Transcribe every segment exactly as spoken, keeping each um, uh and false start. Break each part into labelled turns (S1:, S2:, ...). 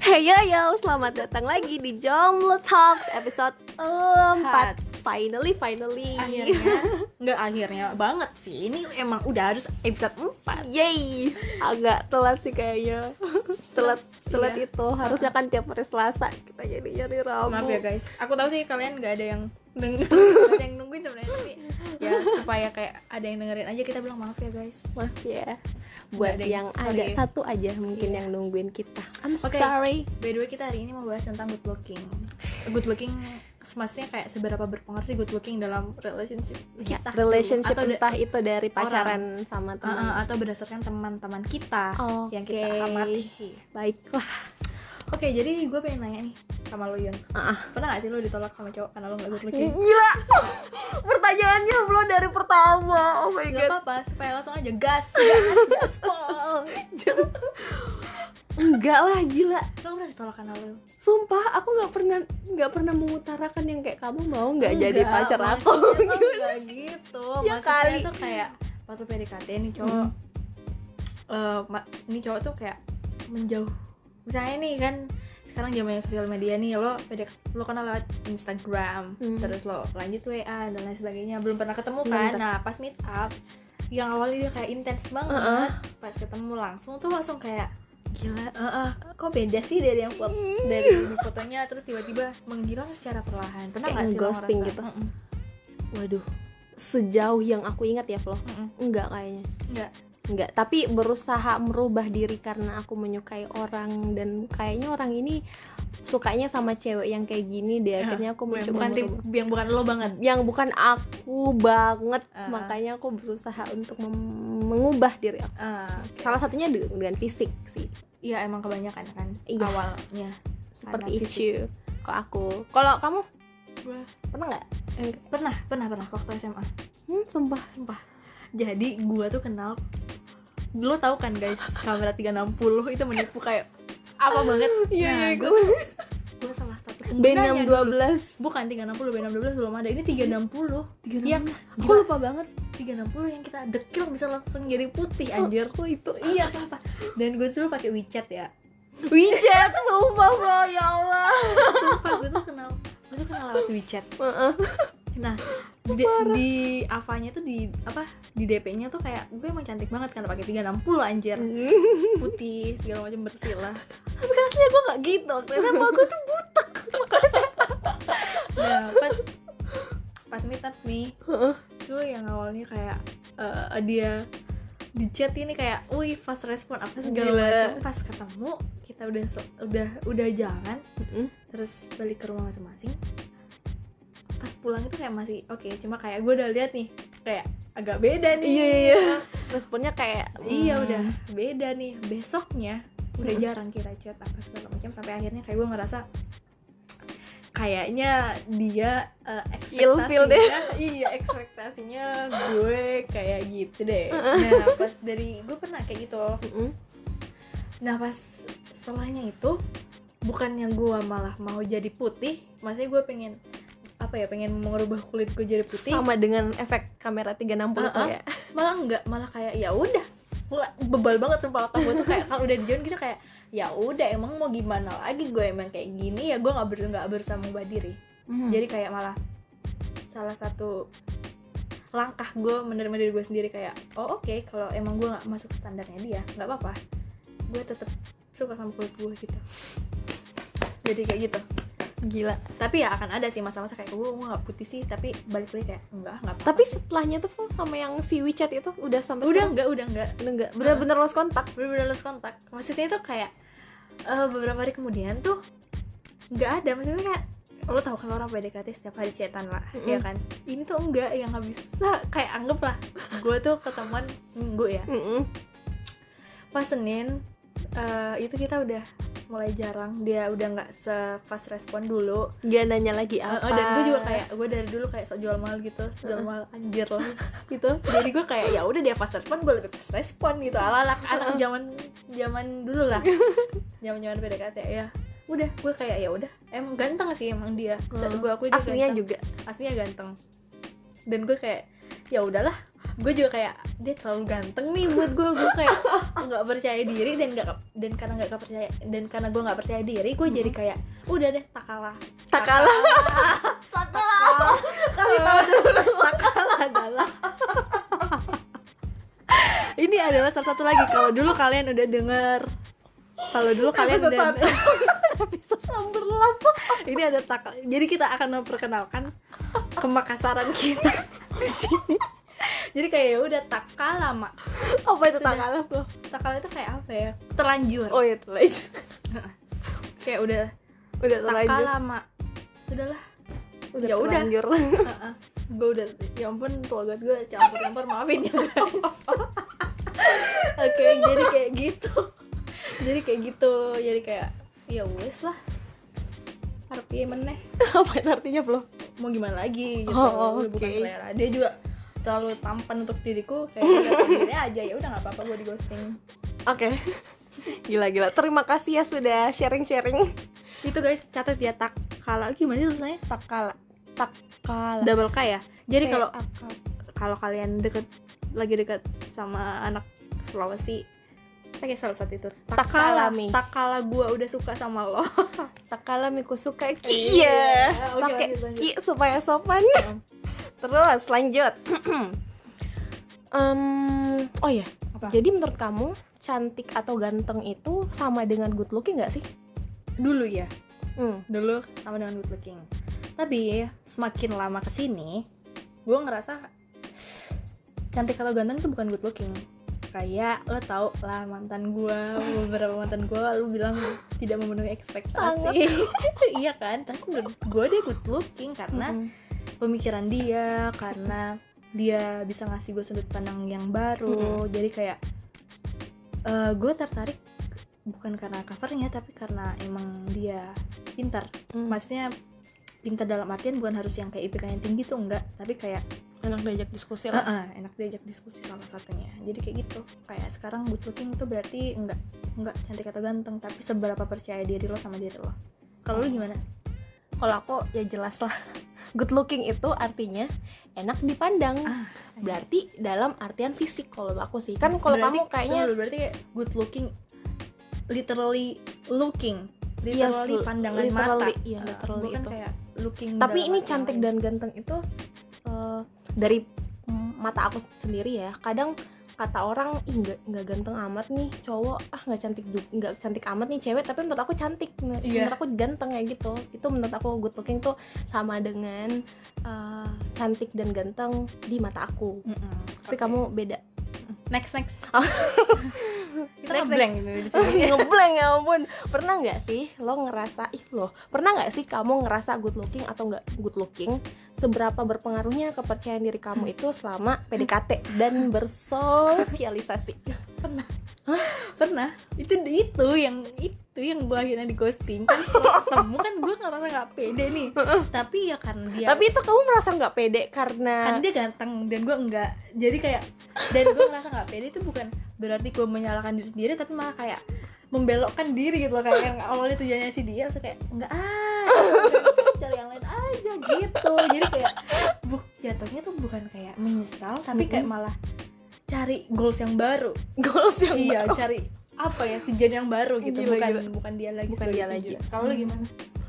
S1: Hey yo yo, selamat datang lagi di Jomblo Talks episode empat. Finally, finally.
S2: Akhirnya, nggak akhirnya banget sih. Ini emang udah harus episode empat.
S1: Yay, agak telat sih kayaknya. Telat, telat
S2: Iya.
S1: itu harusnya kan tiap hari Selasa kita jadi jadi Rabu.
S2: Maaf ya guys, aku tahu sih kalian nggak ada yang neng- nggak ada yang nungguin sebenarnya, tapi ya supaya kayak ada yang dengerin aja kita bilang maaf ya guys.
S1: Maaf ya. Buat
S2: Nggak ada
S1: yang
S2: yang-
S1: ada
S2: sorry.
S1: satu aja mungkin
S2: Iya.
S1: yang nungguin kita. I'm
S2: Oke.
S1: sorry.
S2: By the way, kita hari ini mau bahas tentang good looking. Good looking maksudnya kayak seberapa berpengaruh sih good looking dalam relationship
S1: Ya,
S2: kita,
S1: relationship
S2: atau da-
S1: entah itu dari pacaran sama
S2: Uh,
S1: teman.
S2: uh, atau berdasarkan teman-teman kita yang kita
S1: Oke.
S2: amati.
S1: Baiklah.
S2: Oke, jadi gue pengen nanya nih sama lo Yun.
S1: Ah.
S2: Pernah gak sih lo ditolak sama cowok karena lo gak good looking?
S1: Gila. Pertanyaannya belum dari pertama. Oh my
S2: Gak
S1: god.
S2: apa-apa, supaya langsung aja gas, gas, gaspol.
S1: Enggak lah, gila.
S2: Lo pernah ditolak karena lo?
S1: Sumpah, aku nggak pernah nggak pernah mengutarakan yang kayak kamu mau nggak jadi
S2: Enggak,
S1: pacar aku.
S2: maksudnya tuh enggak gitu.
S1: Ya
S2: Maksudnya
S1: kali.
S2: tuh kayak waktu P D K T nih cowok, eh, ma- ini cowok tuh kayak menjauh. Misalnya nih kan sekarang zamannya sosial media nih, lo P D K T, lo kenal lewat Instagram,
S1: Hmm.
S2: terus lo lanjut W A dan lain sebagainya, belum pernah ketemu
S1: Belum
S2: kan.
S1: pernah.
S2: Nah pas meet up yang awalnya dia kayak intens banget,
S1: Uh-uh.
S2: pas ketemu langsung tuh langsung kayak gila, uh-uh, kok beda sih dari yang foto, dari di fotonya, terus tiba-tiba menghilang secara perlahan. Pernah
S1: Kayak
S2: nggak sih lo
S1: ghosting
S2: ngerasa?
S1: gitu?
S2: Mm-mm.
S1: Waduh, sejauh yang aku ingat ya Flo,
S2: Mm-mm.
S1: enggak kayaknya.
S2: Enggak.
S1: Enggak, tapi berusaha merubah diri karena aku menyukai orang dan kayaknya orang ini sukanya sama cewek yang kayak gini deh. Akhirnya aku
S2: yang
S1: mencoba
S2: bukan tim,
S1: merubah.
S2: yang bukan lo banget.
S1: Yang bukan aku banget,
S2: Ah.
S1: makanya aku berusaha untuk mem- mengubah diri aku.
S2: Ah, oke.
S1: Salah satunya de- dengan fisik sih.
S2: Iya emang kebanyakan kan
S1: Iya.
S2: awalnya
S1: Seperti
S2: karena fisik.
S1: itu. Kalau aku, kalau kamu
S2: Gua
S1: pernah nggak?
S2: eh, pernah pernah pernah waktu S M A.
S1: Hmm, sumpah.
S2: Sumpah. Jadi gua tuh kenal, lo tau kan guys, kamera tiga enam nol itu menipu kayak apa banget.
S1: Iya,
S2: Nah,
S1: iya,
S2: gua, gua salah satu
S1: B
S2: penggunanya
S1: enam
S2: dulu.
S1: dua belas.
S2: Bukan tiga enam nol, B enam dua belas belum ada. Ini tiga enam nol. Iya,
S1: Aku lupa banget.
S2: tiga enam nol yang kita dekil bisa langsung jadi putih anjir.
S1: Oh, itu.
S2: Iya, sumpah. Dan gue dulu pakai WeChat ya.
S1: WeChat, sumpah bro, ya Allah.
S2: Sumpah gue tuh kenal, gue tuh kenal lewat WeChat.
S1: Heeh.
S2: Nah, di, di Avanya tuh di apa? Di D P-nya tuh kayak gue emang cantik banget kan pakai tiga enam nol anjir. Putih segala macam bersih lah.
S1: Tapi kan aslinya gue nggak gitu. Kenapa gue tuh buta?
S2: Nah, pas pas meet up nih, gue yang awalnya kayak eh, dia di chat ini kayak, wih fast respon apa segala
S1: Gila.
S2: macam. Pas ketemu kita udah se- udah udah jalan,
S1: Mm-mm.
S2: terus balik ke rumah masing-masing. Pas pulang itu kayak masih oke, cuma kayak gue udah lihat nih kayak agak beda nih.
S1: Iya, iya. Responnya kayak
S2: Iya
S1: hmm.
S2: udah beda nih. Besoknya udah jarang kita chat apa segala macam, sampai akhirnya kayak gue ngerasa kayaknya dia uh,
S1: Ilfil deh.
S2: ekspektasinya iya ekspektasinya gue kayak gitu deh. Nah pas dari gue pernah kayak gitu.
S1: Mm-mm.
S2: Nah pas setelahnya itu bukan yang gue malah mau jadi putih, maksudnya gue pengen apa ya, pengen mengubah kulit gue jadi putih.
S1: Sama dengan efek kamera tiga enam nol tuh
S2: Uh-uh.
S1: ya.
S2: Malah enggak, malah kayak ya udah, gue bebal banget sumpah otak gue tuh kayak kalau udah dijauhin gitu kayak ya udah, emang mau gimana lagi, gue emang kayak gini ya, gue nggak ber nggak berusaha mengubah diri.
S1: Hmm.
S2: Jadi kayak malah salah satu langkah gue menerima diri gue sendiri kayak oh oke, kalau emang gue nggak masuk standarnya dia nggak apa-apa, gue tetap suka sama kulit gue gitu. Jadi kayak gitu.
S1: Gila.
S2: Tapi ya akan ada sih masa-masa kayak gue gue nggak putih sih, tapi balik lagi kayak enggak nggak apa-apa.
S1: Tapi setelahnya tuh Flo, sama yang si WeChat itu udah sampai
S2: udah
S1: sekarang?
S2: enggak udah enggak
S1: Udah enggak, bener-bener lost kontak.
S2: bener-bener lost kontak. Maksudnya itu kayak eh, beberapa hari kemudian tuh nggak ada, maksudnya kayak lo tau kalau orang P D K T setiap hari chatan lah,
S1: Mm-mm.
S2: ya kan. Ini tuh enggak, yang nggak bisa, kayak anggap lah gue tuh ketemuan minggu ya,
S1: Mm-mm.
S2: pas Senin eh, itu kita udah mulai jarang, dia udah nggak se-fast respon dulu.
S1: Dia nanya lagi
S2: Eh,
S1: apa?
S2: eh, dan gue juga kayak gue dari dulu kayak sok jual mahal gitu, sok jual mahal anjir lah gitu. Jadi gue kayak ya udah dia fast respon, gue lebih fast respon gitu, ala anak anak zaman zaman dulu lah, zaman zaman P D K T ya. Udah gue kayak ya udah, emang ganteng sih emang dia.
S1: Hmm.
S2: Gue aku dia
S1: Aslinya
S2: ganteng.
S1: juga.
S2: Aslinya ganteng. Dan gue kayak ya udahlah, gue juga kayak dia terlalu ganteng nih buat gue, gue kayak nggak percaya diri dan nggak dan karena nggak percaya dan karena gue nggak percaya diri, gue jadi kayak udah deh tak kalah,
S1: Tak kalah.
S2: tak kalah, kami tahu dulu tak kalah adalah ini adalah salah satu lagi kalau dulu kalian udah denger, kalau dulu kalian udah bisa samberlap ini ada tak, jadi kita akan memperkenalkan kemakasaran kita di sini. Jadi kayak ya udah tak kalah mak.
S1: Apa itu tak kalah tuh?
S2: Tak kalah itu kayak apa ya? Terlanjur.
S1: Oh iya terlanjur.
S2: Kayak udah
S1: Udah
S2: tak
S1: terlanjur.
S2: kalah mak. Sudahlah.
S1: Udah
S2: Ya udah.
S1: terlanjur.
S2: Gue udah, ya ampun logat gue campur-campur, maafin ya guys. Oke, jadi kayak gitu. Jadi kayak gitu. Jadi kayak ya wes lah. Harap piye meneh.
S1: Apa itu artinya belum?
S2: Mau gimana lagi gitu.
S1: Oh,
S2: Udah bukan
S1: oke.
S2: selera. Dia juga terlalu tampan untuk diriku, kayak udah sendiri aja, ya udah nggak apa-apa gue di ghosting.
S1: Oke. Gila-gila. Terima kasih ya sudah sharing-sharing.
S2: Itu guys, catat ya, tak kalah gimana sih tulisannya?
S1: Tak kalah. Tak kalah.
S2: Double K ya. Jadi
S1: Kayak
S2: kalau
S1: akal.
S2: kalau kalian deket lagi deket sama anak Sulawesi, pakai salah satu itu.
S1: Tak kalah, Mi.
S2: tak kalah gue udah suka sama lo.
S1: Tak kalah miku suka ki.
S2: Iya.
S1: Iya.
S2: Oke,
S1: Pakai
S2: lanjut, lanjut.
S1: ki supaya sopan. Terus lanjut. um, oh ya.
S2: Apa?
S1: Jadi menurut kamu cantik atau ganteng itu sama dengan good looking nggak sih?
S2: Dulu ya,
S1: Hmm.
S2: dulu sama dengan good looking. Tapi semakin lama kesini, gue ngerasa cantik atau ganteng itu bukan good looking. Kayak lo tau lah mantan gue, beberapa mantan gue lo bilang tidak memenuhi ekspektasi. Iya kan? Tapi menurut gue dia good looking karena
S1: Mm-mm.
S2: pemikiran dia, karena dia bisa ngasih gue sudut pandang yang baru. Jadi kayak uh, gue tertarik bukan karena covernya, tapi karena emang dia pintar.
S1: Mm.
S2: Maksudnya pintar dalam artian bukan harus yang kayak I P K-nya tinggi tuh, enggak, tapi kayak
S1: Enak diajak diskusi
S2: uh,
S1: lah.
S2: uh, enak diajak diskusi salah satunya. Jadi kayak gitu. Kayak sekarang good looking itu berarti enggak enggak cantik atau ganteng, tapi seberapa percaya diri lo sama diri lo. Kalau lo gimana?
S1: Kalau aku ya jelas lah. Good looking itu artinya enak dipandang.
S2: Ah,
S1: Berarti dalam artian fisik kalau aku sih. Kan kalau
S2: Berarti-
S1: kamu kayaknya
S2: tunggu dulu, berarti kayak good looking literally looking,
S1: Yes,
S2: literally pandangan
S1: literally,
S2: mata.
S1: iya,
S2: Uh,
S1: literally
S2: bukan
S1: itu.
S2: kayak looking.
S1: tapi
S2: dalam
S1: ini
S2: arti
S1: cantik
S2: lain.
S1: dan ganteng itu uh, dari mata aku sendiri ya. Kadang kata orang ih nggak nggak ganteng amat nih cowok, ah nggak cantik juga nggak cantik amat nih cewek, tapi menurut aku cantik, menurut
S2: Iya.
S1: aku ganteng kayak gitu. Itu menurut aku good looking tuh sama dengan uh, cantik dan ganteng di mata aku.
S2: Mm-mm.
S1: Tapi
S2: Oke.
S1: kamu beda.
S2: next next.
S1: Oh.
S2: Kita
S1: Next,
S2: ngeblank gitu di sini.
S1: Ngeblank ya ampun. Pernah nggak sih lo ngerasa ih lo pernah nggak sih kamu ngerasa good looking atau nggak good looking, seberapa berpengaruhnya kepercayaan diri kamu itu selama P D K T dan bersosialisasi?
S2: Pernah. Itu itu yang itu yang gue akhirnya di ghosting. Kan setelah ketemu kan gue ngerasa nggak pede nih. Tapi ya karena dia
S1: Tapi itu kamu merasa nggak pede karena
S2: kan dia ganteng dan gue enggak, jadi kayak dan gue ngerasa nggak pede itu bukan berarti gue menyalahkan diri sendiri, tapi malah kayak membelokkan diri gitu loh, kayak yang awalnya tujuannya si dia terus kayak enggak ah cari yang lain aja gitu. Jadi kayak bu jatuhnya tuh bukan kayak menyesal, tapi kayak malah cari goals yang baru.
S1: goals yang
S2: Iya,
S1: baru.
S2: cari apa ya tujuan yang baru gitu.
S1: Gila,
S2: bukan
S1: gila.
S2: bukan dia lagi
S1: Bukan
S2: sebagai
S1: dia lagi.
S2: tujuan. Kalau lu gimana?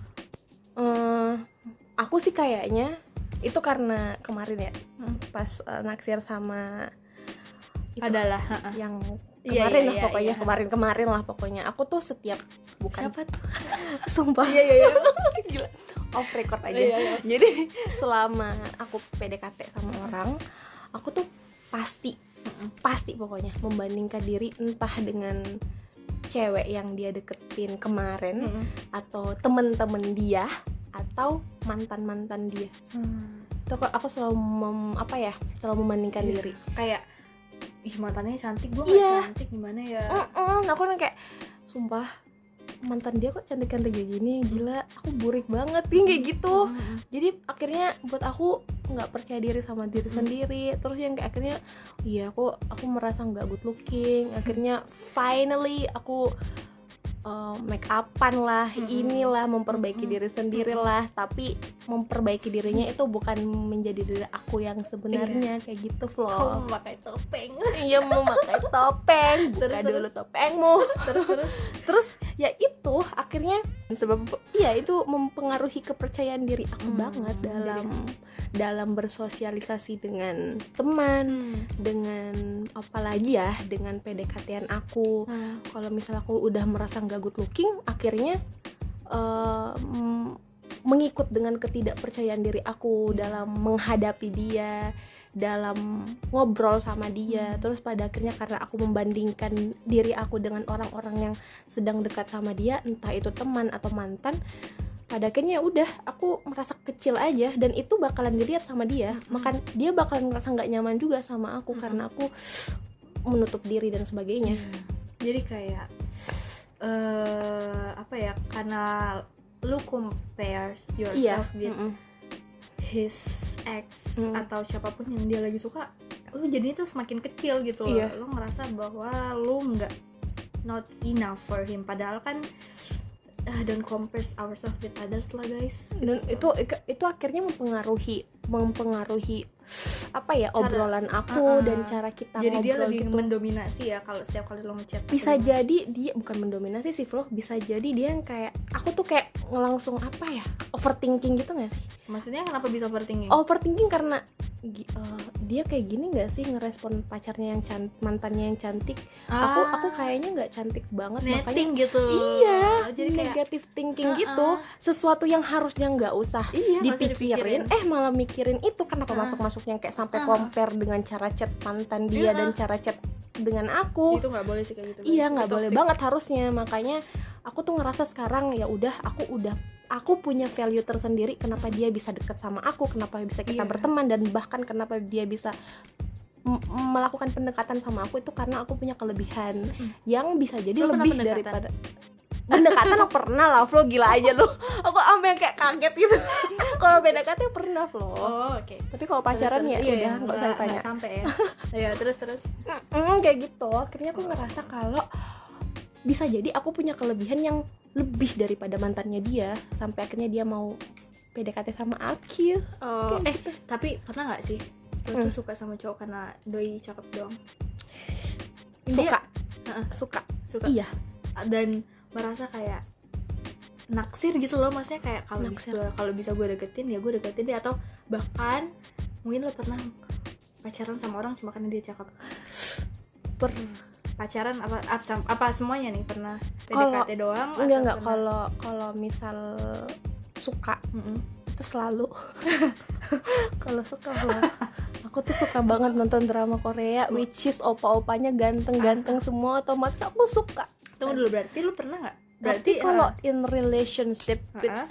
S1: Eh, aku sih kayaknya itu karena kemarin ya
S2: Hmm.
S1: pas uh, naksir sama itu
S2: Adalah
S1: yang
S2: Iya,
S1: kemarin
S2: iya,
S1: lah
S2: iya,
S1: pokoknya
S2: iya.
S1: kemarin-kemarin lah pokoknya aku tuh setiap bukan
S2: siapa tuh?
S1: sumpah
S2: Iya iya iya.
S1: gila off record aja.
S2: Iya, iya.
S1: Jadi selama aku P D K T sama orang, aku tuh pasti pasti pokoknya membandingkan diri entah dengan cewek yang dia deketin kemarin
S2: Mm-mm.
S1: atau temen-temen dia atau mantan-mantan dia.
S2: Hmm.
S1: Itu aku- aku selalu mem- apa ya selalu membandingkan
S2: Iya.
S1: diri.
S2: Kayak ih mantannya cantik, gue
S1: Iya.
S2: nggak cantik gimana ya?
S1: Mm-mm, aku kan kayak sumpah mantan dia kok cantik-cantik kayak gini, gila aku burik banget nih kayak gitu.
S2: Mm-mm.
S1: Jadi akhirnya buat aku nggak percaya diri sama diri
S2: Hmm.
S1: sendiri. Terus yang kayak akhirnya iya aku aku merasa nggak good looking. Akhirnya finally aku uh, make upan lah,
S2: Mm-mm.
S1: inilah memperbaiki
S2: Mm-mm.
S1: diri sendiri lah, tapi memperbaiki dirinya itu bukan menjadi diri aku yang sebenarnya kayak gitu
S2: Kamu
S1: vlog.
S2: memakai topeng.
S1: Iya, memakai topeng, buka
S2: Terus,
S1: dulu topengmu.
S2: Terus terus
S1: Terus ya itu akhirnya sebab iya itu mempengaruhi kepercayaan diri aku
S2: Hmm,
S1: banget
S2: diri
S1: dalam dalam bersosialisasi dengan teman,
S2: hmm.
S1: dengan apalagi ya dengan P D K T-an aku.
S2: Hmm.
S1: Kalau misal aku udah merasa nggak good looking, akhirnya uh, m- mengikut dengan ketidakpercayaan diri aku dalam menghadapi dia, dalam ngobrol sama dia. Terus pada akhirnya karena aku membandingkan diri aku dengan orang-orang yang sedang dekat sama dia, entah itu teman atau mantan, pada akhirnya udah aku merasa kecil aja, dan itu bakalan dilihat sama dia. Makan dia bakalan ngerasa nggak nyaman juga sama aku karena aku menutup diri dan sebagainya.
S2: Jadi kayak eh apa ya, karena lu compares
S1: Iya.
S2: yourself with
S1: mm-mm.
S2: his ex
S1: Mm.
S2: atau siapapun yang dia lagi suka, lu jadinya tuh semakin kecil gitu loh.
S1: Iya.
S2: Lu ngerasa bahwa lu nggak not enough for him, padahal kan uh, don't compare ourselves with others lah guys.
S1: Dan itu itu akhirnya mempengaruhi mempengaruhi apa ya,
S2: Cara-
S1: obrolan aku
S2: uh-uh.
S1: dan cara kita
S2: Jadi dia
S1: ngobrol
S2: lebih
S1: gitu.
S2: mendominasi ya kalau setiap kali lo ngechat.
S1: Bisa
S2: atau
S1: jadi dia bukan mendominasi sih Flo, bisa jadi dia yang kayak aku tuh kayak langsung apa ya, overthinking gitu nggak sih?
S2: gimana? Maksudnya kenapa bisa overthinking?
S1: Overthinking karena gi- eh, dia kayak gini nggak sih ngerespon pacarnya yang cantik, mantannya yang cantik. Aku
S2: Ah,
S1: aku kayaknya nggak cantik banget, makanya
S2: netting gitu.
S1: iya,
S2: Jadi kayak
S1: negative thinking
S2: Uh-uh.
S1: gitu, sesuatu yang harusnya nggak usah
S2: iya, nggak usah
S1: dipikirin, eh malah mikirin itu. Kenapa
S2: Uh.
S1: masuk-masuk yang kayak sampai
S2: Uh.
S1: compare dengan cara chat mantan dia
S2: Iya.
S1: dan cara chat dengan aku.
S2: Itu nggak boleh sih kayak gitu.
S1: Iya,
S2: guys.
S1: nggak
S2: Itu
S1: boleh
S2: toxic.
S1: banget harusnya. Makanya aku tuh ngerasa sekarang ya udah, aku udah aku punya value tersendiri. Kenapa dia bisa deket sama aku, kenapa bisa kita
S2: Iya.
S1: berteman, dan bahkan kenapa dia bisa m- melakukan pendekatan sama aku, itu karena aku punya kelebihan
S2: Mm.
S1: yang bisa jadi
S2: Lo pernah
S1: lebih
S2: pendekatan?
S1: daripada pendekatan. Aku pernah lah Flo, gila aja lu. Aku sampai yang kayak kaget gitu. Kalau P D K T pernah Flo.
S2: Oh, oke.
S1: Tapi kalau pacaran
S2: Terus,
S1: ya
S2: terus. Iya,
S1: udah
S2: iya,
S1: nggak usah ditanya.
S2: nggak sampai ya. Iya, terus terus.
S1: Mm, kayak gitu. Akhirnya aku ngerasa kalau bisa jadi aku punya kelebihan yang lebih daripada mantannya dia, sampai akhirnya dia mau P D K T sama aku.
S2: Oh,
S1: Kayak
S2: eh
S1: gitu.
S2: tapi pernah nggak sih lo
S1: Hmm.
S2: tuh suka sama cowok karena doi cakep doang?
S1: Suka,
S2: Heeh.
S1: suka.
S2: Suka.
S1: Iya.
S2: Dan merasa kayak naksir gitu loh, maksudnya kayak kalau
S1: Naksir.
S2: bisa kalau bisa gue deketin ya gue deketin dia, atau bahkan mungkin lo pernah pacaran sama orang cuma karena dia cakep.
S1: Per
S2: Pacaran apa apa, apa semuanya nih, pernah P D K T
S1: Kalau-
S2: doang?
S1: enggak
S2: atau
S1: enggak
S2: pernah-
S1: kalau kalau misal suka
S2: Mm-mm.
S1: itu selalu kalau suka Flo, aku tuh suka banget nonton drama Korea which is opa-opanya ganteng-ganteng semua, otomatis aku suka.
S2: Tunggu dulu, berarti lu pernah nggak?
S1: Berarti
S2: Berarti
S1: kalau
S2: ah,
S1: in relationship with
S2: Ah.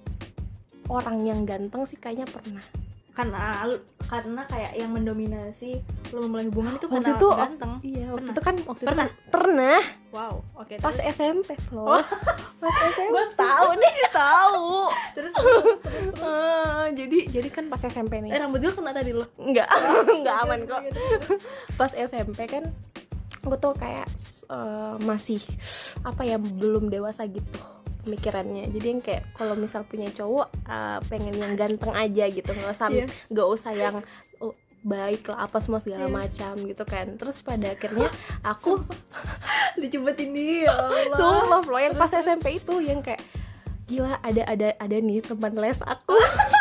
S1: orang yang ganteng sih kayaknya pernah.
S2: karena karena kayak yang mendominasi lo memulai hubungan itu
S1: Waktu
S2: karena
S1: itu
S2: ganteng.
S1: Iya, waktu
S2: Pernah?
S1: itu kan waktu
S2: Pernah?
S1: itu kan pernah
S2: Wow, oke.
S1: pas
S2: terus
S1: S M P Flo.
S2: Oh.
S1: Pas S M P.
S2: Gua tahu
S1: nih, tahu.
S2: terus
S1: Ah, jadi jadi kan pas S M P
S2: eh
S1: nih.
S2: rambut gue kena tadi lo.
S1: Enggak, enggak aman kok. Pas S M P kan aku tuh kayak eh, masih apa ya, belum dewasa gitu pemikirannya. Jadi yang kayak kalau misal punya cowok eh, pengen yang ganteng aja gitu, nggak usah
S2: Iya.
S1: nggak usah yang oh, baik lah apa semua segala
S2: Iya.
S1: macam gitu kan. Terus pada akhirnya aku
S2: Dicepetin dia, ya Allah.
S1: sumpah Flo, yang pas S M P itu yang kayak gila, ada ada ada nih teman les aku.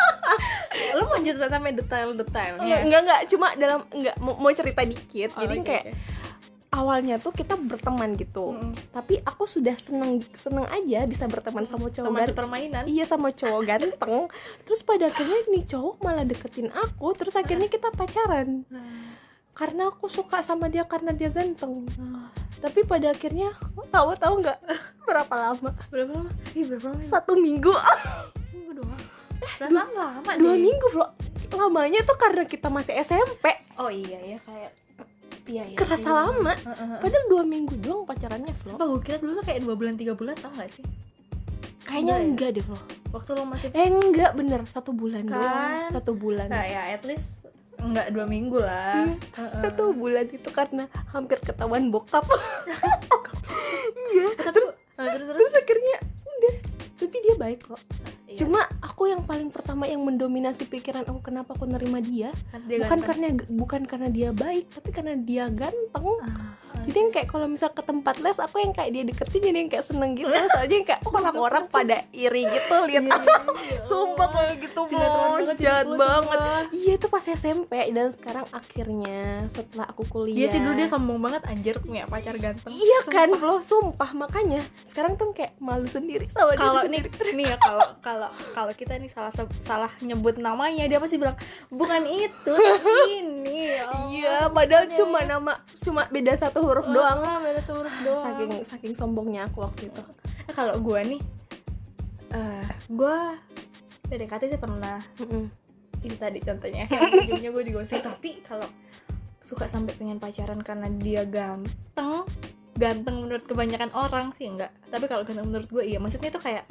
S2: Lo mau cerita sampai detail-detailnya?
S1: Enggak enggak cuma dalam enggak mau, mau cerita dikit.
S2: Oh,
S1: Jadi
S2: oke,
S1: kayak
S2: oke.
S1: awalnya tuh kita berteman gitu.
S2: Mm-mm.
S1: Tapi aku sudah seneng seneng aja bisa berteman sama cowok
S2: Teman
S1: ganteng.
S2: sepermainan.
S1: Iya, sama cowok ganteng. Terus pada akhirnya nih cowok malah deketin aku. Terus akhirnya kita pacaran karena aku suka sama dia karena dia ganteng. Tapi pada akhirnya tahu-tahu nggak berapa lama?
S2: Berapa lama? Ih, berapa lama?
S1: Satu minggu.
S2: Seminggu doang. Perasaan lama
S1: Dua
S2: deh.
S1: minggu Flo. Lamanya tuh karena kita masih S M P.
S2: Oh iya ya, kayak iya ya.
S1: Kerasa lama.
S2: Heeh.
S1: Padahal dua minggu doang pacarannya Flo.
S2: Sumpah gue kira dulu tuh kayak dua bulan tiga bulan, tau gak sih?
S1: Kayaknya
S2: Enggak ya?
S1: enggak deh Flo.
S2: Waktu lo masih
S1: Eh enggak, bener satu bulan
S2: Kan?
S1: doang. Satu bulan.
S2: kayak ya at least enggak dua minggu lah.
S1: Iya.
S2: Heeh.
S1: Satu bulan itu karena hampir ketahuan bokap.
S2: Tapi Nah, terus terus
S1: Terus akhirnya udah, tapi dia baik kok.
S2: iya,
S1: Cuma aku yang paling pertama yang mendominasi pikiran aku kenapa aku nerima dia,
S2: kan dia
S1: bukan
S2: ganteng.
S1: karena bukan karena dia baik, tapi karena dia ganteng.
S2: Ah,
S1: Jadi yang kayak kalau misal ke tempat les, aku yang kayak dia deketin jadi yang kayak seneng gitu. Soalnya yang kayak orang-orang pada iri gitu lihat
S2: iya,
S1: aku.
S2: iya,
S1: Sumpah
S2: Allah.
S1: kayak gitu,
S2: Sinetron
S1: Mo,
S2: banget
S1: jahat
S2: hidup lu,
S1: banget.
S2: sumpah.
S1: Iya itu pas S M P, dan sekarang akhirnya setelah aku kuliah.
S2: Dia sih dulu dia sombong banget anjir punya pacar ganteng.
S1: Iya kan,
S2: Sumpah.
S1: loh, sumpah makanya sekarang tuh kayak malu sendiri sama dia
S2: Kalau
S1: sendiri.
S2: nih nih ya kalau kalau kalau kita nih salah salah nyebut namanya, dia pasti bilang bukan itu tapi ini. Ya Allah,
S1: Iya, padahal
S2: sebenarnya.
S1: cuma nama, cuma beda satu huruf
S2: Oh,
S1: doang.
S2: beda huruf doang.
S1: Saking saking sombongnya aku waktu itu.
S2: Eh, kalau gue nih eh gue P D K T sih pernah.
S1: Mm-mm.
S2: Itu tadi contohnya yang ujungnya gue digosip. Tapi kalau suka sampai pengen pacaran karena dia ganteng ganteng menurut kebanyakan orang sih enggak, tapi kalau ganteng menurut gue iya. Maksudnya itu kayak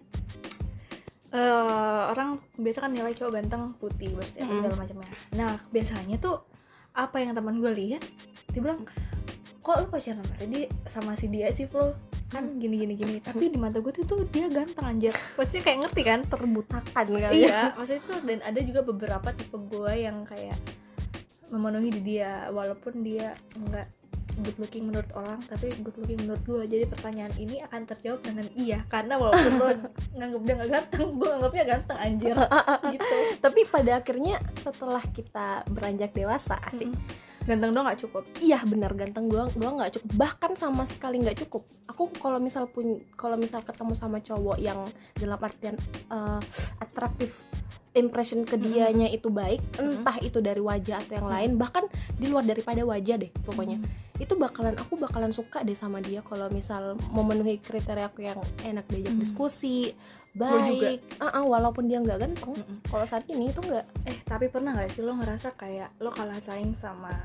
S2: eh orang biasa kan nilai cowok ganteng putih bersih
S1: Mm.
S2: segala macamnya. Nah biasanya tuh apa yang teman gue lihat, dia bilang kok lu pacaran sama si dia sama si dia sih Flo, kan gini gini gini. Tapi di mata gue tuh, tuh dia ganteng anjir. Maksudnya kayak ngerti kan,
S1: Terbutakan kali ya.
S2: iya maksudnya tuh. Dan ada juga beberapa tipe gue yang kayak memenuhi di dia walaupun dia enggak good looking menurut orang, tapi good looking menurut gue. Jadi pertanyaan ini akan terjawab dengan iya, karena walaupun lo nganggep dia gak ganteng, gue anggapnya ganteng anjir gitu.
S1: Tapi pada akhirnya setelah kita beranjak dewasa, asik.
S2: Ganteng doang gak cukup.
S1: Iya benar, ganteng doang doang nggak cukup, bahkan sama sekali nggak cukup. Aku kalau misal pun kalau misal ketemu sama cowok yang dalam artian uh, atraktif, impression ke dianya itu baik, entah itu dari wajah atau yang lain, bahkan di luar daripada wajah deh pokoknya, itu bakalan aku bakalan suka deh sama dia kalau misal memenuhi kriteria aku yang enak diajak
S2: Hmm.
S1: diskusi,
S2: Gua juga.
S1: baik, uh-uh, walaupun dia nggak ganteng.
S2: Mm-mm.
S1: Kalau saat ini itu nggak.
S2: Eh tapi pernah gak sih lo ngerasa kayak lo kalah saing sama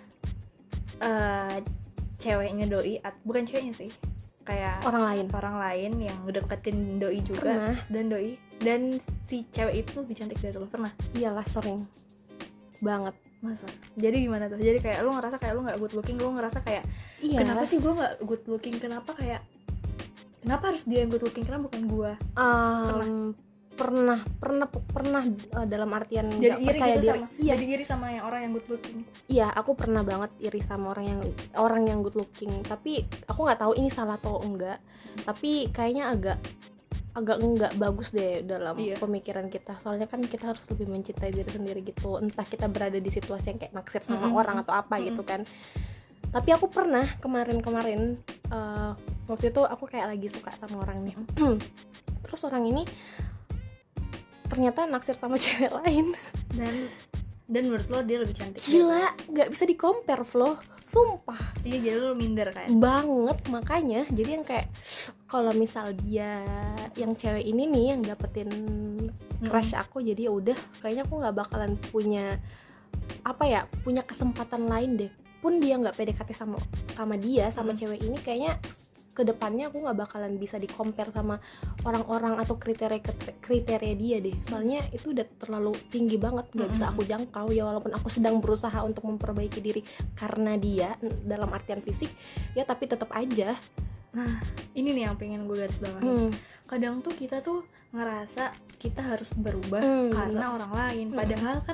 S2: eh ceweknya doi, at- bukan ceweknya sih, kayak
S1: Orang lain.
S2: orang lain yang deketin doi juga.
S1: Pernah.
S2: Dan doi dan si cewek itu lebih cantik dari lo, pernah?
S1: Iyalah, sering banget.
S2: Masa? Jadi gimana tuh? Jadi kayak lo ngerasa kayak lo nggak good looking, lo ngerasa kayak
S1: Iya.
S2: kenapa sih gue nggak good looking, kenapa kayak kenapa harus dia yang good looking, kenapa bukan gue?
S1: Um, pernah pernah pernah uh, dalam artian
S2: Jadi
S1: nggak
S2: iri
S1: percaya
S2: gitu
S1: diri.
S2: sama,
S1: Iya,
S2: jadi iri sama yang orang yang good looking.
S1: iya, aku pernah banget iri sama orang yang orang yang good looking. Tapi aku nggak tahu ini salah atau enggak. Tapi kayaknya agak agak enggak bagus deh dalam
S2: Iya.
S1: pemikiran kita. Soalnya kan kita harus lebih mencintai diri sendiri gitu. Entah kita berada di situasi yang kayak naksir sama
S2: Mm-mm.
S1: orang atau apa gitu kan. Tapi aku pernah kemarin-kemarin uh, waktu itu aku kayak lagi suka sama orang nih. Terus orang ini ternyata naksir sama cewek lain.
S2: Dan dan menurut lo dia lebih cantik.
S1: Gila, nggak bisa di compare, Flo. Sumpah
S2: Iya, jadi lo minder kan?
S1: banget. Makanya jadi yang kayak kalau misal dia yang cewek ini nih yang dapetin crush aku, jadi ya udah kayaknya aku nggak bakalan punya apa ya punya kesempatan lain deh. Pun dia nggak P D K T sama sama dia sama
S2: Mm.
S1: cewek ini, kayaknya kedepannya aku nggak bakalan bisa di compare sama orang-orang atau kriteria kriteria dia deh. Soalnya itu udah terlalu tinggi banget, nggak bisa aku jangkau ya. Walaupun aku sedang berusaha untuk memperbaiki diri karena dia dalam artian fisik ya, tapi tetap aja.
S2: Nah, ini nih yang pengen gue garis bawahi.
S1: Hmm.
S2: Kadang tuh kita tuh ngerasa kita harus berubah
S1: Hmm,
S2: karena
S1: bener.
S2: orang lain.
S1: Hmm.
S2: Padahal kan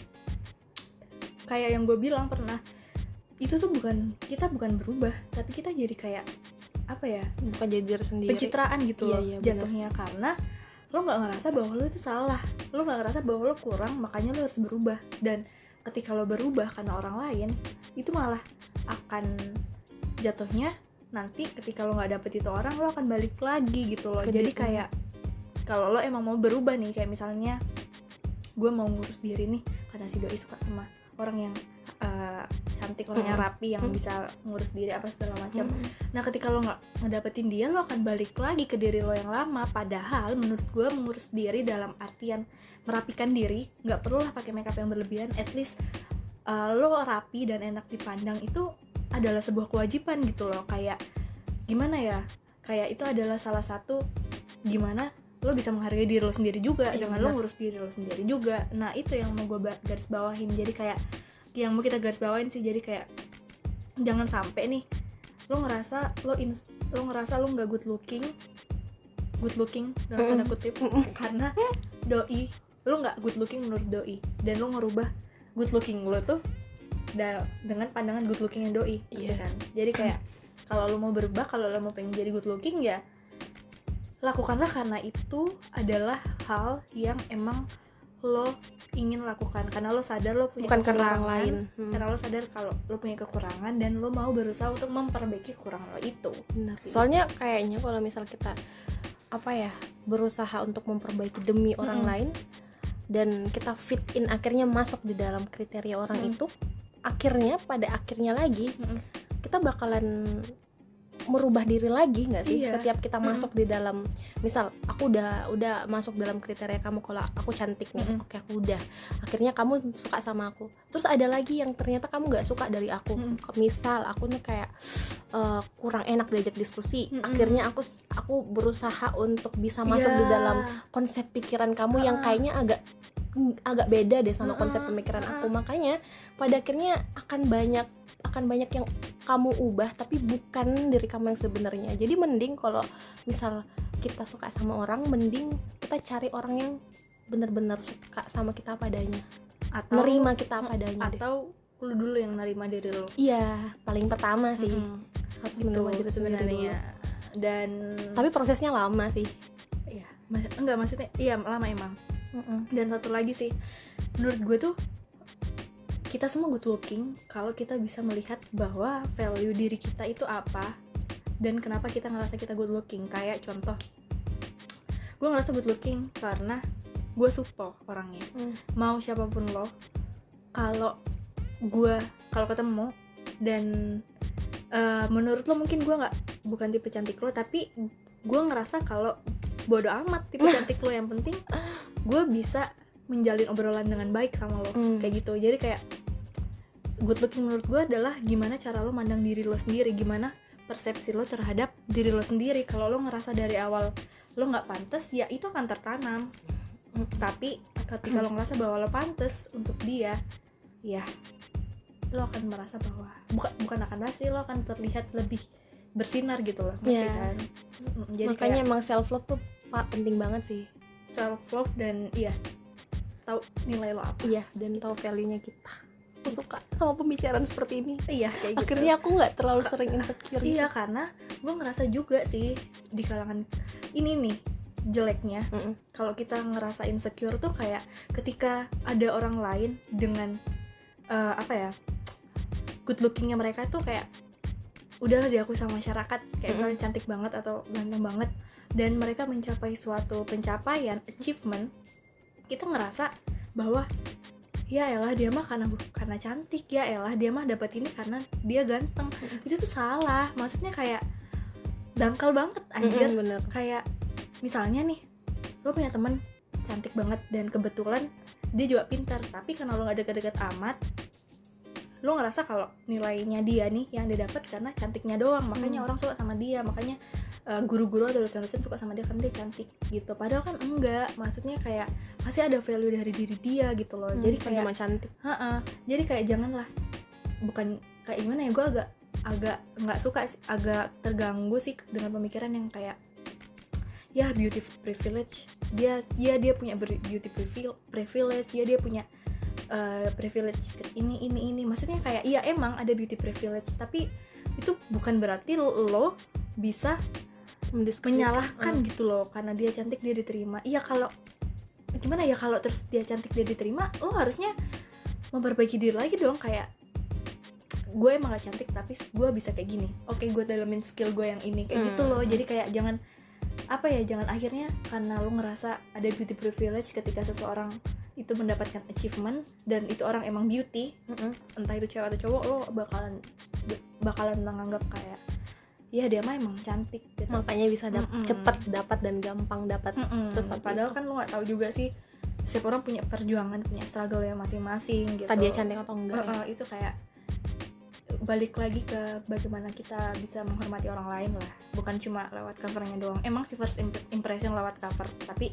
S2: kayak yang gue bilang pernah, itu tuh bukan, kita bukan berubah, tapi kita jadi kayak apa ya,
S1: Bukan jadi diri sendiri.
S2: pencitraan gitu
S1: Iya,
S2: loh
S1: iya, bener.
S2: jatuhnya. Karena lo nggak ngerasa bahwa lo itu salah, lo nggak ngerasa bahwa lo kurang, makanya lo harus berubah. Dan ketika lo berubah karena orang lain, itu malah akan jatuhnya nanti ketika lo nggak dapet itu orang, lo akan balik lagi gitu loh.
S1: Ke
S2: Jadi
S1: diri.
S2: kayak kalau lo emang mau berubah nih, kayak misalnya gue mau ngurus diri nih karena si doi suka sama orang yang uh, cantik, orang yang
S1: Hmm.
S2: rapi, yang
S1: Hmm.
S2: bisa ngurus diri apa segala macam.
S1: Hmm.
S2: Nah ketika lo nggak ngedapetin dia, lo akan balik lagi ke diri lo yang lama. Padahal menurut gue mengurus diri dalam artian merapikan diri, nggak perlu lah pakai makeup yang berlebihan. At least uh, lo rapi dan enak dipandang itu adalah sebuah kewajiban gitu loh. Kayak gimana ya, kayak itu adalah salah satu gimana lo bisa menghargai diri lo sendiri juga,
S1: Iya,
S2: dengan
S1: benar.
S2: lo ngurus diri lo sendiri juga. Nah itu yang mau gue ba- garis bawahin. Jadi kayak yang mau kita garis bawahin sih, jadi kayak jangan sampai nih lo ngerasa lo ins- lo ngerasa lo nggak good looking, good looking dalam tanda kutip, karena doi lo nggak good looking menurut doi, dan lo ngerubah good looking lo tuh da- dengan pandangan good lookingnya doi, gitu
S1: Iya.
S2: kan. Jadi kayak kalau lo mau berubah, kalau lo mau pengen jadi good looking ya lakukanlah, karena itu adalah hal yang emang lo ingin lakukan, karena lo sadar lo punya
S1: Bukan karena
S2: kekurangan,
S1: orang lain. Hmm.
S2: karena lo sadar kalau lo punya kekurangan dan lo mau berusaha untuk memperbaiki kekurangan lo itu.
S1: Benar. Soalnya kayaknya kalau misal kita apa ya berusaha untuk memperbaiki demi orang
S2: Mm-mm.
S1: lain dan kita fit in akhirnya masuk di dalam kriteria orang
S2: Mm.
S1: itu, akhirnya pada akhirnya lagi
S2: Mm-mm.
S1: kita bakalan merubah diri lagi nggak sih?
S2: Iya.
S1: Setiap kita
S2: Mm-mm.
S1: masuk di dalam, misal aku udah udah masuk dalam kriteria kamu, kalau aku cantik nih,
S2: Mm-mm.
S1: oke aku udah, akhirnya kamu suka sama aku, terus ada lagi yang ternyata kamu nggak suka dari aku.
S2: Mm-mm.
S1: Misal aku nih kayak uh, kurang enak diajak diskusi,
S2: Mm-mm.
S1: akhirnya aku aku berusaha untuk bisa masuk
S2: Iya.
S1: di dalam konsep pikiran kamu yang
S2: Ah.
S1: kayaknya agak agak beda deh sama
S2: Ah,
S1: konsep pemikiran
S2: ah.
S1: aku. Makanya pada akhirnya akan banyak akan banyak yang kamu ubah tapi bukan diri kamu yang sebenarnya. Jadi mending kalau misal kita suka sama orang, mending kita cari orang yang benar-benar suka sama kita apa adanya,
S2: Atau
S1: nerima kita apa adanya deh.
S2: atau lu dulu yang nerima diri lo.
S1: Iya, paling pertama sih
S2: Mm-mm.
S1: harus
S2: Gitu
S1: menerima diri sendiri dulu.
S2: sebenarnya. Dan
S1: Tapi prosesnya lama sih.
S2: iya, mas- enggak maksudnya iya lama emang. Dan satu lagi sih, menurut gue tuh kita semua good looking kalau kita bisa melihat bahwa value diri kita itu apa dan kenapa kita ngerasa kita good looking. Kayak contoh, gue ngerasa good looking karena gue supel orangnya.
S1: Hmm.
S2: Mau siapapun lo, kalau gue kalau ketemu dan uh, menurut lo mungkin gue nggak bukan tipe cantik lo, tapi gue ngerasa kalau bodo amat tipe cantik lo, yang penting gue bisa menjalin obrolan dengan baik sama lo.
S1: Hmm.
S2: Kayak gitu. Jadi kayak good looking menurut gue adalah gimana cara lo mandang diri lo sendiri, gimana persepsi lo terhadap diri lo sendiri. Kalau lo ngerasa dari awal lo nggak pantas, ya itu akan tertanam. Tapi ketika lo ngerasa bahwa lo pantas untuk dia, ya lo akan merasa bahwa bukan bukan akan merasa sih, lo akan terlihat lebih bersinar gitu loh. Ngerti
S1: Yeah.
S2: kan? Mm, Jadi
S1: Makanya
S2: kayak
S1: emang self love tuh pak penting banget sih.
S2: self love dan iya, tahu nilai lo apa.
S1: Iya, dan tahu value-nya kita. Aku suka sama pembicaraan seperti ini.
S2: Iya kayak gitu.
S1: Akhirnya aku nggak terlalu sering insecure.
S2: Iya, karena gue ngerasa juga sih di kalangan ini nih jeleknya
S1: Mm-mm.
S2: kalau kita ngerasa insecure tuh kayak ketika ada orang lain dengan uh, apa ya good lookingnya mereka tuh kayak udahlah diakui sama masyarakat kayak
S1: Mm-mm.
S2: misalnya cantik banget atau ganteng banget, dan mereka mencapai suatu pencapaian achievement, kita ngerasa bahwa ya elah dia mah karena karena cantik, ya elah dia mah dapat ini karena dia ganteng. Itu tuh salah, maksudnya kayak dangkal banget anjir.
S1: Mm-mm, bener.
S2: Kayak misalnya nih lo punya temen cantik banget dan kebetulan dia juga pintar, tapi karena lo gak deket-deket amat, lo ngerasa kalau nilainya dia nih yang dia dapat karena cantiknya doang, makanya
S1: Hmm.
S2: orang suka sama dia, makanya uh, guru-guru atau dosen-dosen suka sama dia karena dia cantik gitu. Padahal kan enggak, maksudnya kayak masih ada value dari diri dia gitu loh.
S1: Hmm,
S2: Jadi
S1: bukan
S2: kayak
S1: cuma cantik.
S2: Ha-ha. Jadi kayak janganlah, bukan kayak gimana ya, gue agak agak nggak suka sih, agak terganggu sih dengan pemikiran yang kayak ya beauty privilege, dia dia dia punya beauty privilege, dia dia punya uh, privilege ini ini ini. Maksudnya kayak iya emang ada beauty privilege, tapi itu bukan berarti lo, lo bisa menyalahkan
S1: Hmm.
S2: gitu loh karena dia cantik dia diterima. Iya, kalau gimana ya, kalau terus dia cantik dia diterima, lo harusnya memperbaiki diri lagi dong. Kayak gue emang gak cantik tapi gue bisa kayak gini, oke gue dalamin skill gue yang ini kayak
S1: Hmm.
S2: gitu loh. Jadi kayak jangan apa ya, jangan akhirnya karena lo ngerasa ada beauty privilege ketika seseorang itu mendapatkan achievement dan itu orang emang beauty,
S1: Mm-mm.
S2: entah itu cewek atau cowok, lo bakalan bakalan menganggap kayak ya dia mah emang cantik gitu.
S1: Makanya bisa dap-
S2: Mm-mm.
S1: cepet dapat dan gampang dapat.
S2: Mm-mm.
S1: sesuatu
S2: Padahal
S1: itu.
S2: kan lo nggak tahu juga sih, setiap orang punya perjuangan, punya struggle yang masing-masing gitu.
S1: Tadi dia cantik atau enggak ya?
S2: Uh-uh, itu kayak balik lagi ke bagaimana kita bisa menghormati orang lain lah, bukan cuma lewat covernya doang. Emang sih first imp- impression lewat cover, tapi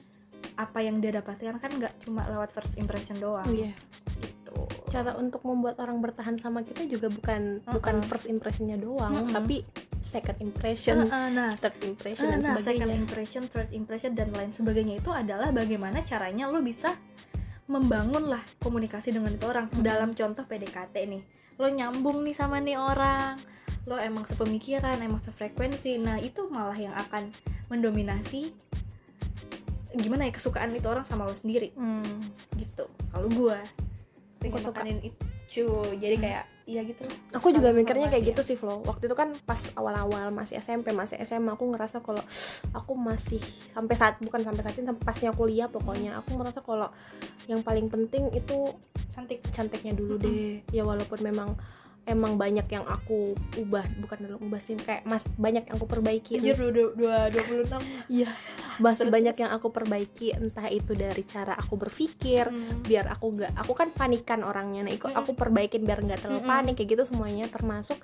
S2: apa yang dia dapatkan kan nggak cuma lewat first impression doang.
S1: Iya.
S2: Gitu.
S1: Cara untuk membuat orang bertahan sama kita juga bukan bukan
S2: Mm-mm.
S1: first impressionnya doang,
S2: Mm-mm.
S1: tapi second impression,
S2: Uh, uh, nah,
S1: third impression
S2: uh,
S1: dan
S2: nah second
S1: sebagainya.
S2: impression, third impression dan lain sebagainya itu adalah bagaimana caranya lo bisa membangun lah komunikasi dengan itu orang.
S1: Mm-hmm.
S2: Dalam contoh P D K T nih, lo nyambung nih sama nih orang, lo emang sepemikiran, emang sefrekuensi, nah itu malah yang akan mendominasi gimana ya kesukaan itu orang sama lo sendiri.
S1: Hmm.
S2: Gitu kalau gue pengen
S1: Aku suka.
S2: makanin itu, jadi kayak iya gitu lah.
S1: Aku juga
S2: Saling
S1: mikirnya kayak
S2: menghormati
S1: gitu sih Flo. Waktu itu kan pas awal-awal masih S M P, masih S M A, aku ngerasa kalau aku masih sampai saat bukan sampai saat ini, sampai pasnya kuliah pokoknya, aku merasa kalau yang paling penting itu
S2: ya. Cantik.
S1: cantiknya dulu
S2: Mm-mm.
S1: deh. Ya walaupun memang emang banyak yang aku ubah, bukan dalam ubah sih, kayak mas banyak yang aku perbaiki.
S2: Anjir dua dua puluh enam.
S1: Iya, masih
S2: Terus,
S1: banyak yang aku perbaiki, entah itu dari cara aku berpikir,
S2: Hmm.
S1: biar aku nggak, aku kan panikan orangnya, nah itu
S2: Mm-mm.
S1: aku perbaikin biar nggak terlalu
S2: Mm-mm.
S1: panik kayak gitu semuanya, termasuk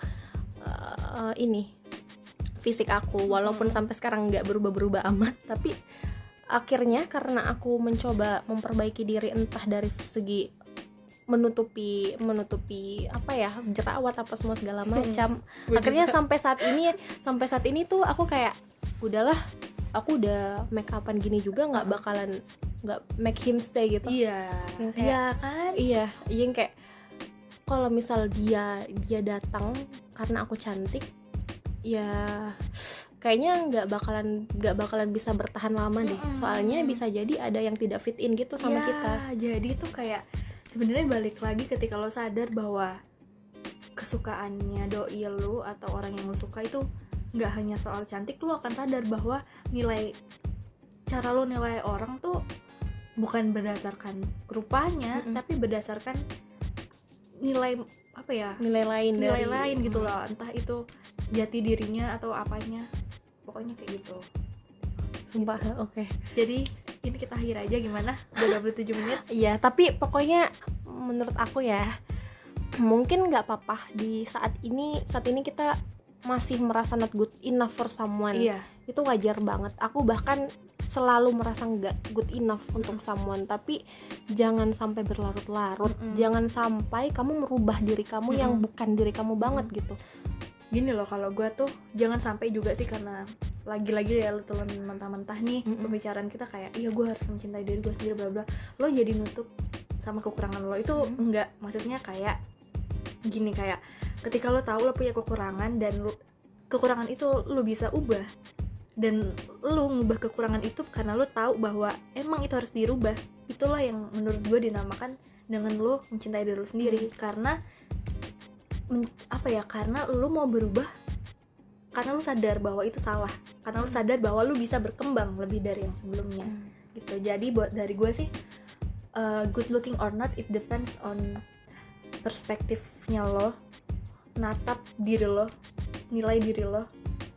S1: uh, ini fisik aku, walaupun
S2: Mm-mm.
S1: sampai sekarang nggak berubah-berubah amat, tapi akhirnya karena aku mencoba memperbaiki diri, entah dari segi menutupi menutupi apa ya, jerawat apa semua segala macam,
S2: Gua
S1: akhirnya
S2: juga.
S1: sampai saat ini sampai saat ini tuh aku kayak udahlah, aku udah make upan gini juga nggak bakalan nggak make him stay gitu.
S2: Iya.
S1: Yang kayak-
S2: Iya kan?
S1: Iya, yang kayak kalau misal dia dia datang karena aku cantik, ya kayaknya nggak bakalan nggak bakalan bisa bertahan lama deh.
S2: Mm-mm.
S1: Soalnya bisa jadi ada yang tidak fit in gitu sama
S2: Ya,
S1: kita.
S2: jadi tuh kayak sebenarnya balik lagi ketika lo sadar bahwa kesukaannya doi lo atau orang yang lo suka itu nggak hanya soal cantik, lo akan sadar bahwa nilai cara lo nilai orang tuh bukan berdasarkan rupanya,
S1: Mm-mm.
S2: tapi berdasarkan nilai apa ya?
S1: Nilai lain
S2: Nilai
S1: dari
S2: lain gitu loh, entah itu jati dirinya atau apanya, pokoknya kayak gitu.
S1: Sumpah, oke.
S2: Jadi ini kita akhir aja gimana? Udah dua puluh tujuh menit.
S1: Iya, tapi pokoknya menurut aku ya, mungkin nggak apa-apa di saat ini saat ini kita masih merasa not good enough for someone.
S2: Iya.
S1: Itu wajar banget. Aku bahkan selalu merasa nggak good enough untuk someone, tapi jangan sampai berlarut-larut.
S2: Mm-mm.
S1: Jangan sampai kamu merubah diri kamu yang
S2: Mm-mm.
S1: bukan diri kamu banget gitu.
S2: Gini loh, kalau gue tuh jangan sampai juga sih, karena lagi-lagi ya lo telan mentah-mentah nih.
S1: Mm-mm.
S2: Pembicaraan kita kayak iya gue harus mencintai diri gue sendiri bla bla, lo jadi nutup sama kekurangan lo itu.
S1: Mm.
S2: Enggak, maksudnya kayak gini, kayak ketika lo tahu lo punya kekurangan dan lo, kekurangan itu lo bisa ubah, dan lo ngubah kekurangan itu karena lo tahu bahwa emang itu harus dirubah, itulah yang menurut gue dinamakan dengan lo mencintai diri lo sendiri. Karena men, apa ya karena lo mau berubah karena lo sadar bahwa itu salah, karena lo sadar bahwa lo bisa berkembang lebih dari yang sebelumnya gitu. Jadi buat dari gue sih, uh, good looking or not, it depends on perspektifnya lo, natap diri lo, nilai diri lo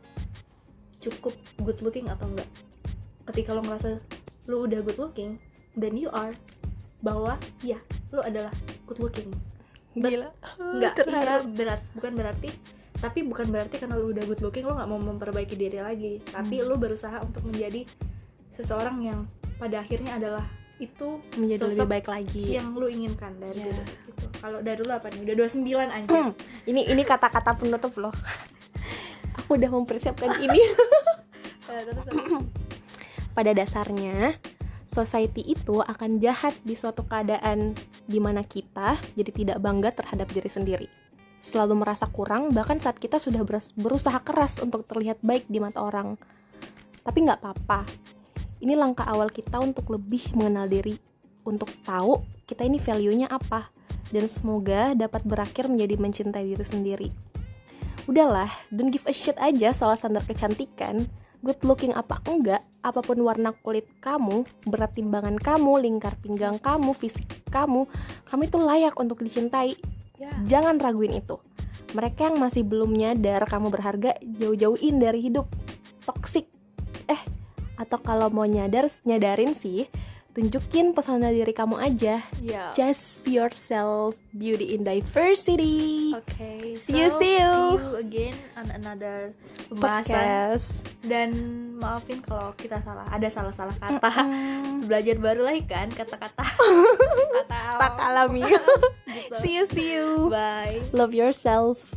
S2: cukup good looking atau enggak. Ketika lo ngerasa lo udah good looking, then you are, bahwa ya lo adalah good looking.
S1: Gila.
S2: Enggak,
S1: Terharu.
S2: iya, berat, bukan berarti, tapi bukan berarti karena lo udah good looking lo nggak mau memperbaiki diri lagi, tapi
S1: Hmm.
S2: lo berusaha untuk menjadi seseorang yang pada akhirnya adalah itu
S1: Menjadi
S2: sosok
S1: lebih baik lagi.
S2: yang lo inginkan dari
S1: Iya.
S2: diri lo, gitu. Kalau dari lo apa nih? Udah dua puluh sembilan anjir.
S1: Hmm, ini ini kata-kata penutup loh. Aku udah mempersiapkan ini.
S2: Eh, terus, terus.
S1: Pada dasarnya, society itu akan jahat di suatu keadaan di mana kita jadi tidak bangga terhadap diri sendiri. Selalu merasa kurang, bahkan saat kita sudah beras- berusaha keras untuk terlihat baik di mata orang. Tapi nggak apa-apa. Ini langkah awal kita untuk lebih mengenal diri, untuk tahu kita ini value-nya apa, dan semoga dapat berakhir menjadi mencintai diri sendiri. Udahlah, don't give a shit aja soal standar kecantikan. Good looking apa enggak, apapun warna kulit kamu, berat timbangan kamu, lingkar pinggang kamu, fisik kamu, kamu itu layak untuk dicintai.
S2: Ya.
S1: Jangan raguin itu. Mereka yang masih belum nyadar kamu berharga, jauh-jauhin dari hidup toksik. Eh, atau kalau mau nyadar, nyadarin sih, tunjukin pesona diri kamu aja.
S2: Ya.
S1: Just be yourself, beauty in diversity.
S2: Oke,
S1: See you,
S2: so,
S1: see you.
S2: see you again on another pembahasan.
S1: Podcast.
S2: Dan maafin kalau kita salah, ada salah-salah kata.
S1: Mm.
S2: Belajar baru lagi kan, kata-kata. Kata
S1: Tak alami.
S2: Gitu.
S1: See you, see you.
S2: Bye.
S1: Love yourself.